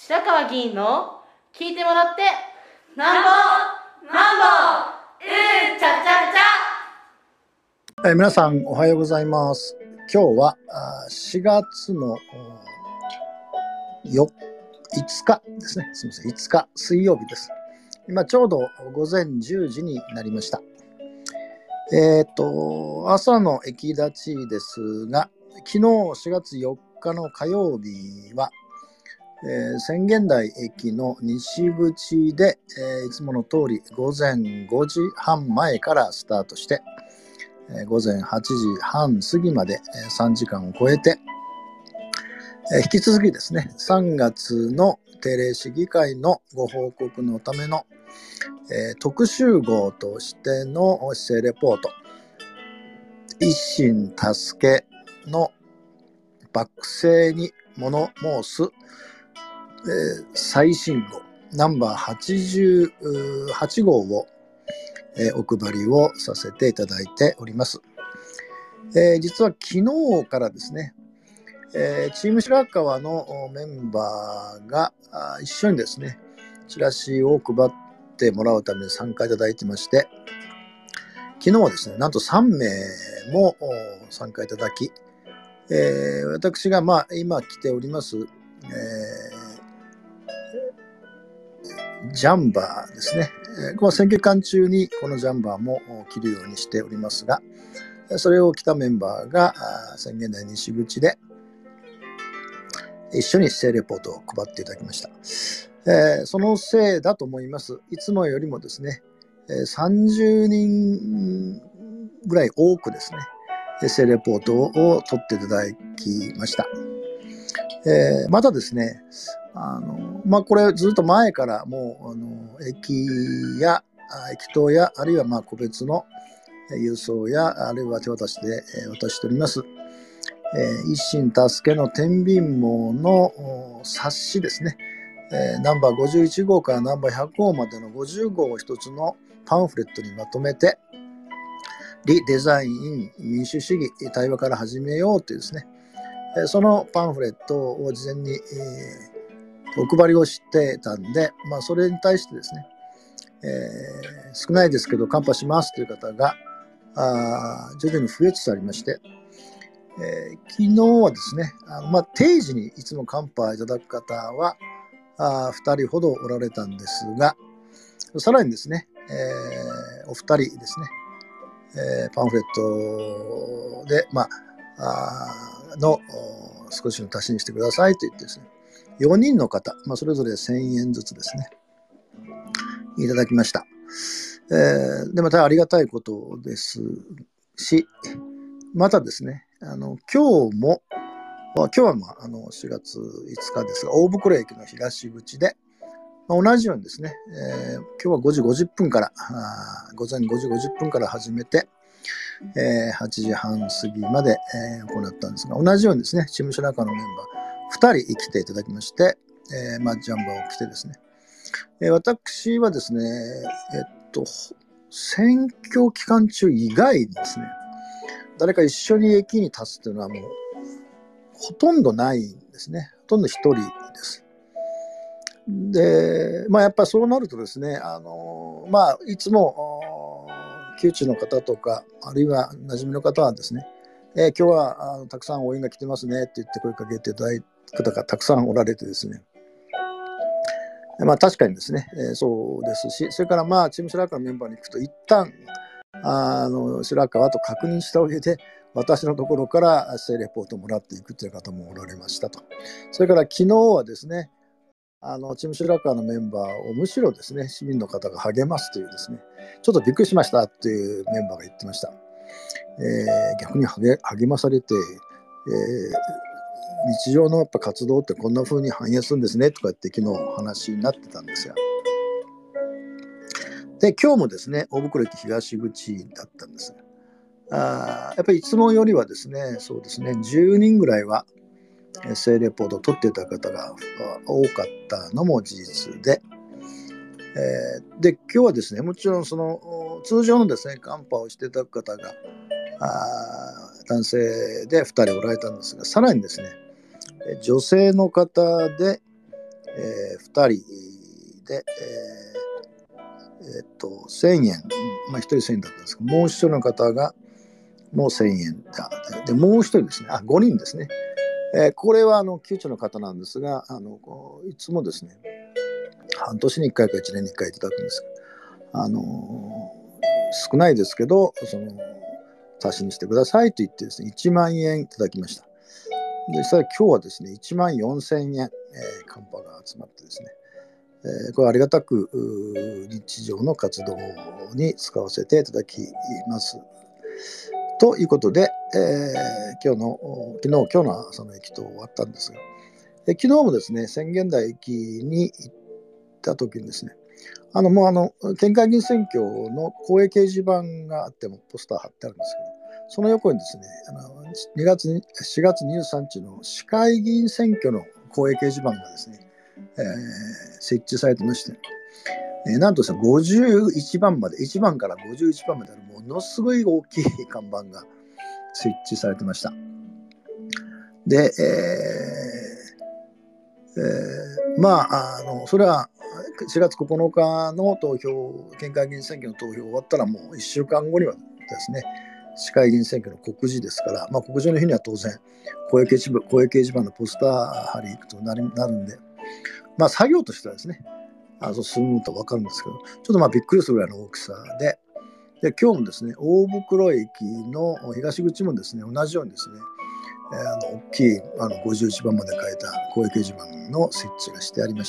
白川議員の聞いてもらってなんぼうんちゃちゃちゃ。 皆さんおはようございます。今日は4月の5日ですね。すみません、5日水曜日です。今ちょうど午前10時になりました。朝の駅立ちですが、昨日4月4日の火曜日は、浅間台駅の西口で、いつもの通り午前5時半前からスタートして、午前8時半過ぎまで3時間を超えて、引き続きですね、3月の定例市議会のご報告のための、特集号としての市政レポート、一心助けの幕政に物申す、最新号ナンバー88号を、お配りをさせていただいております。実は昨日からですね、チーム白川のメンバーが一緒にですね、チラシを配ってもらうために参加いただいてまして、昨日はですね、なんと3名も参加いただき、私が今着ております、ジャンバーですね、この選挙期間中にこのジャンバーも着るようにしておりますが、それを着たメンバーが浅間台西口で一緒に市政レポートを配っていただきました。そのせいだと思います。いつもよりもですね、30人ぐらい多くですね、市政レポートを取っていただきました。またですね、これずっと前からもう駅頭やあるいは個別の郵送やあるいは手渡しで渡しております、一心助けの天秤網の冊子ですね、ナンバー51号からナンバー100号までの50号を一つのパンフレットにまとめて、リデザイン民主主義対話から始めようというですね、そのパンフレットを事前に、お配りをしてたんで、それに対してですね、少ないですけどカンパしますという方が徐々に増えつつありまして、昨日はですね、定時にいつもカンパいただく方は2人ほどおられたんですが、さらにですね、お二人ですね、パンフレットで、少しの足しにしてくださいと言ってですね、4人の方、それぞれ1000円ずつですね、いただきました。でまたありがたいことですし、またですね、今日は4月5日ですが、大袋駅の東口で、同じようにですね、今日は5時50分から午前5時50分から始めて、8時半過ぎまで、行ったんですが、同じようにですね、チーム白川のメンバー2人来ていただきまして、ジャンバーを着てですね、私はですね、選挙期間中以外にですね、誰か一緒に駅に立つというのはもうほとんどないんですね。ほとんど一人です。で、やっぱりそうなるとですね、いつも旧知の方とか、あるいは馴染みの方はですね、今日はたくさん応援が来てますねって言って声かけていただいた方がたくさんおられてですね、確かにですね、そうですし、それからチーム白川のメンバーに行くと一旦白川と確認した上で私のところから市政レポートをもらっていくという方もおられましたと。それから昨日はですね、チーム白川のメンバーをむしろですね、市民の方が励ますというですね、ちょっとびっくりしましたっていうメンバーが言ってました。逆に励まされて、日常のやっぱ活動ってこんな風に反映するんですねとかって昨日話になってたんですよ。で、今日もですね、大袋駅東口だったんです。やっぱりいつもよりはですね、そうですね、10人ぐらいは市政レポートを取っていた方が多かったのも事実で、今日はですね、もちろんその通常のですね、カンパをしていただく方が男性で2人おられたんですが、さらにですね、女性の方で、 2人で、1000円、1人1000円だったんですけど、もう1人の方がもう1000円だ。で、もう1人ですね、5人ですね。これは宮中の方なんですが、いつもですね、半年に1回か1年に1回いただくんです。少ないですけど、足しにしてくださいと言ってですね、1万円いただきました。で、実際今日はですね、1万4000円、カンパが集まってですね、これありがたく日常の活動に使わせていただきます。ということで、今日の朝の駅と終わったんですが、昨日もですね、宣言台駅に行った時にですね、もう県会議員選挙の公営掲示板があってもポスター貼ってあるんですけど、その横にですね、4月23日の市会議員選挙の公営掲示板がですね、設置されてまして、なんとですね、51番まで、1番から51番まであるものすごい大きい看板が設置されてました。で、それは4月9日の投票、県会議員選挙の投票終わったらもう1週間後にはですね、市会議員選挙の告示ですから、告示の日には当然、公営掲示板のポスター貼り行くとなるんで、作業としてはですね、進むと分かるんですけど、ちょっとびっくりするぐらいの大きさで、今日もですね、大袋駅の東口もですね、同じようにですね、大きい51番まで書いた公営掲示板の設置がしてありました。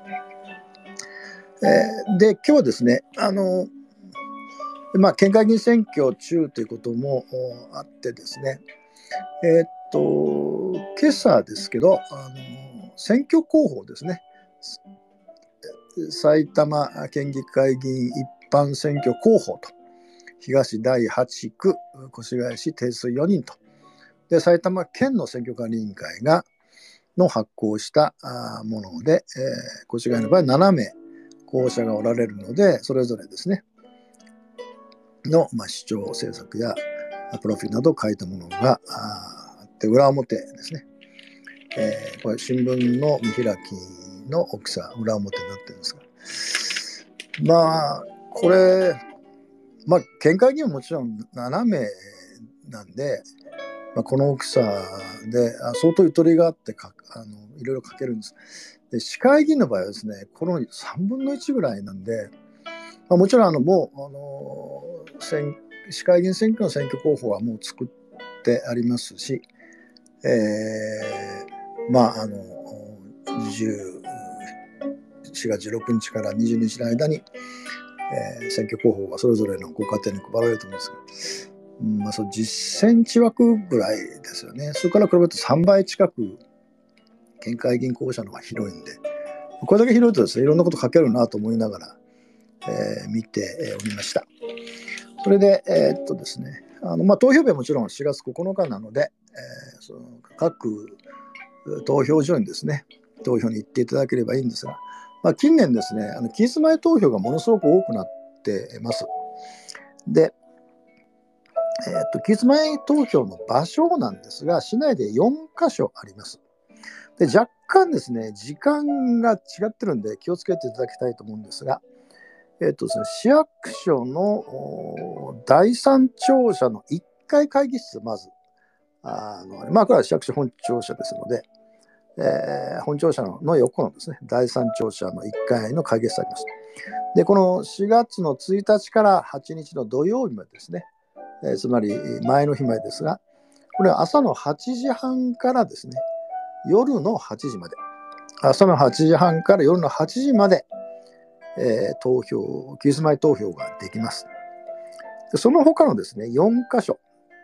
で、今日はですね、県会議員選挙中ということもあってですね、今朝ですけど、選挙広報ですね、埼玉県議会議員一般選挙広報と、東第8区越谷市定数4人と、で埼玉県の選挙管理委員会の発行したもので、越谷の場合7名候補者がおられるので、それぞれですねの、主張政策やプロフィールなどを書いたものがあって、裏表ですね、これ新聞の見開きの大きさ、裏表になってるんですが、これ県会議員はもちろん7名なんで、この大きさで相当ゆとりがあっていろいろ書けるんです。で、市会議員の場合はですね、この3分の1ぐらいなんで、もちろんもう市会議員選挙の選挙候補はもう作ってありますし、4月16日から22日の間に、選挙候補がそれぞれのご家庭に配られると思うんですが、そう10センチ枠ぐらいですよね。それから比べると3倍近く県会議員候補者の方が広いんで、これだけ広いとですね、いろんなこと書けるなと思いながら、見ておりました。それで、ですね、投票日はもちろん4月9日なので、その各投票所にですね、投票に行っていただければいいんですが、近年ですね、期日前投票がものすごく多くなっています。で、期日前投票の場所なんですが、市内で4カ所あります。で、若干ですね、時間が違ってるんで気をつけていただきたいと思うんですが、ですね、市役所の第3庁舎の1階会議室、まず、これは市役所本庁舎ですので、本庁舎の横のですね、第3庁舎の1階の会議室があります。で、この4月の1日から8日の土曜日までですね、つまり前の日までですが、これは朝の8時半からですね、夜の8時まで、朝の8時半から夜の8時まで、期日前投票ができます。でその他のですね、4カ所、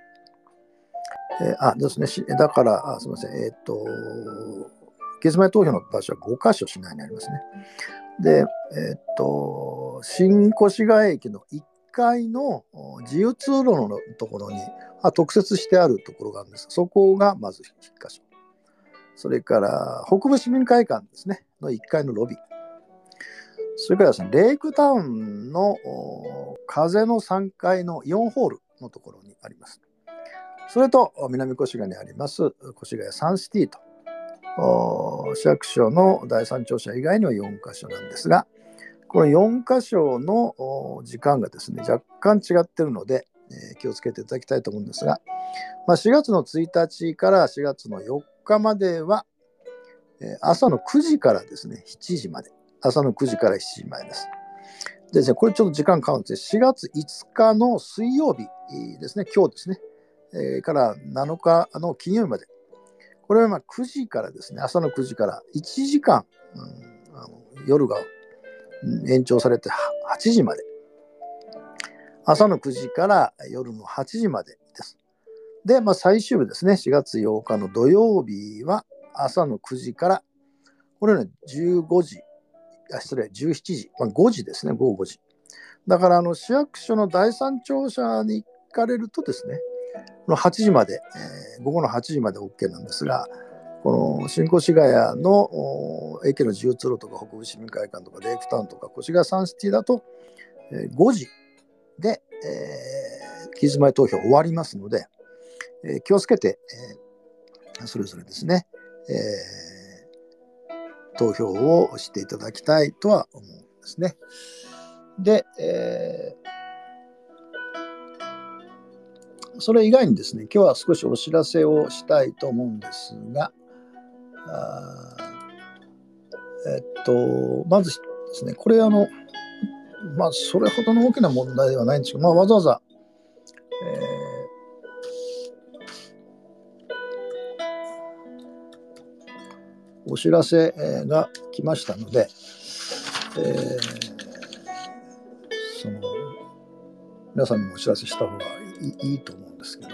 ですね、だから、すみません、期日前投票の場所は5カ所市内にありますね。で、新越谷駅の1階の自由通路のところに特設してあるところがあるんです。そこがまず1カ所。それから北部市民会館ですね、の1階のロビー。それからですね、レイクタウンの風の3階の4ホールのところにあります。それと南越谷にあります越谷サンシティと市役所の第三庁舎以外には4箇所なんですが、この4箇所の時間がですね、若干違っているので、気をつけていただきたいと思うんですが、4月の1日から4月の4日までは、朝の9時からですね、7時まで。朝の9時から7時までです。でですね、これちょっと時間かかるんですね。4月5日の水曜日ですね、今日ですね、から7日の金曜日まで。これは9時からですね、朝の9時から1時間、夜が延長されて8時まで。朝の9時から夜の8時までです。で、最終日ですね、4月8日の土曜日は朝の9時から、これね、17時、5時ですね、午後5時。だから市役所の第三庁舎に行かれるとですね、この8時まで、午後の8時まで OK なんですが、この新越谷の駅の自由通路とか北部市民会館とかレイクタウンとか越谷サンシティだと5時で期日前投票終わりますので、気をつけて、それぞれですね、投票をしていただきたいとは思うんですね。で、それ以外にですね、今日は少しお知らせをしたいと思うんですが、まずですね、これそれほどの大きな問題ではないんですけど、わざわざ、お知らせが来ましたので、皆さんにもお知らせした方がいいと思うんですけど、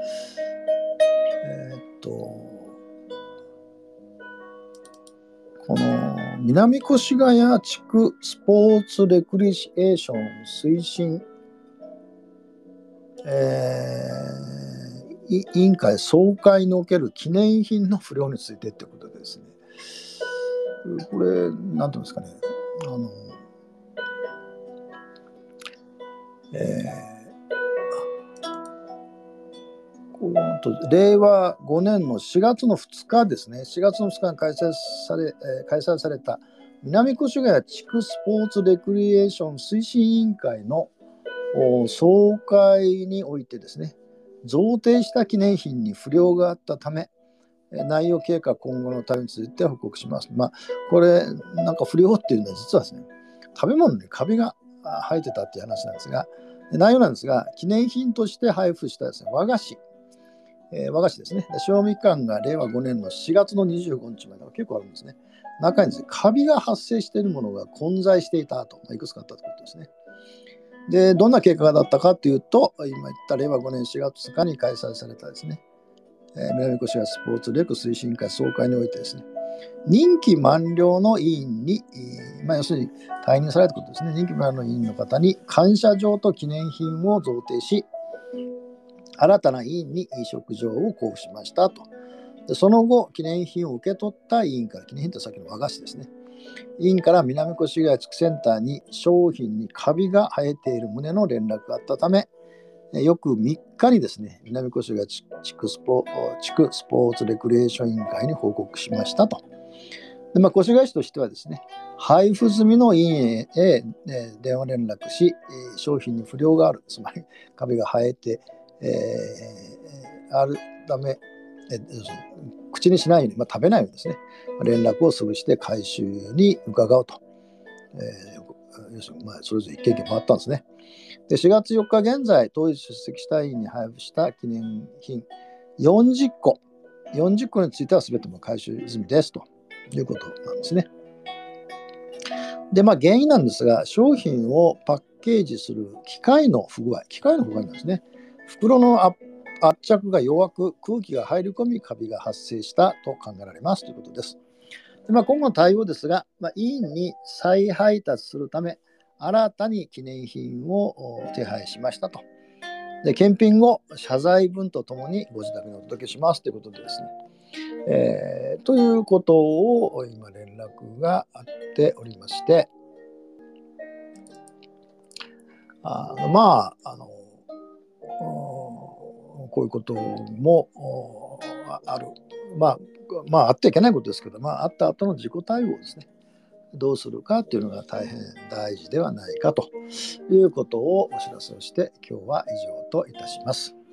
この南越谷地区スポーツレクリエーション推進、委員会総会における記念品の不良についてということでですね、これなんていうんですかね、令和5年の4月の2日ですね、4月の2日に開催された南越谷地区スポーツレクリエーション推進委員会の総会においてですね、贈呈した記念品に不良があったため、内容経過今後の対応について報告します。これ不良っていうのは実はですね、食べ物にカビが生えてたっていう話なんですが、内容なんですが、記念品として配布したですね、和菓子ですね。賞味期間が令和5年の4月の25日までは結構あるんですね。中にですね、カビが発生しているものが混在していたと、いくつかあったということですね。で、どんな結果だったかというと、今言った令和5年4月2日に開催されたですね、南越谷スポーツレク推進委員会総会においてですね、任期満了の委員に、要するに退任されたことですね、任期満了の委員の方に感謝状と記念品を贈呈し、新たな委員に委嘱状を交付しましたと。でその後、記念品を受け取った委員から、記念品とさっきの和菓子ですね、委員から南越谷地区センターに商品にカビが生えている旨の連絡があったため、翌3日にですね、南越谷地区スポーツレクリエーション委員会に報告しましたと。で越谷市としてはですね、配布済みの委員へ、電話連絡し、商品に不良がある、つまりカビが生えて、あるため、口にしないように、食べないようにですね、連絡をすぐして回収に伺うと。要するにそれぞれ一件一件回ったんですね。で4月4日現在、当日出席した委員に配布した記念品40個については全ても回収済みですということなんですね。で、原因なんですが、商品をパッケージする機械の不具合なんですね。袋の圧着が弱く、空気が入り込み、カビが発生したと考えられますということです。で今後の対応ですが、委員に再配達するため、新たに記念品を手配しましたと。で検品後、謝罪文とともにご自宅にお届けしますということでですね、ということを今連絡があっておりまして、こういうこともある、あってはいけないことですけど、あった後の自己対応ですね。どうするかっていうのが大変大事ではないかということをお知らせをして、今日は以上といたします。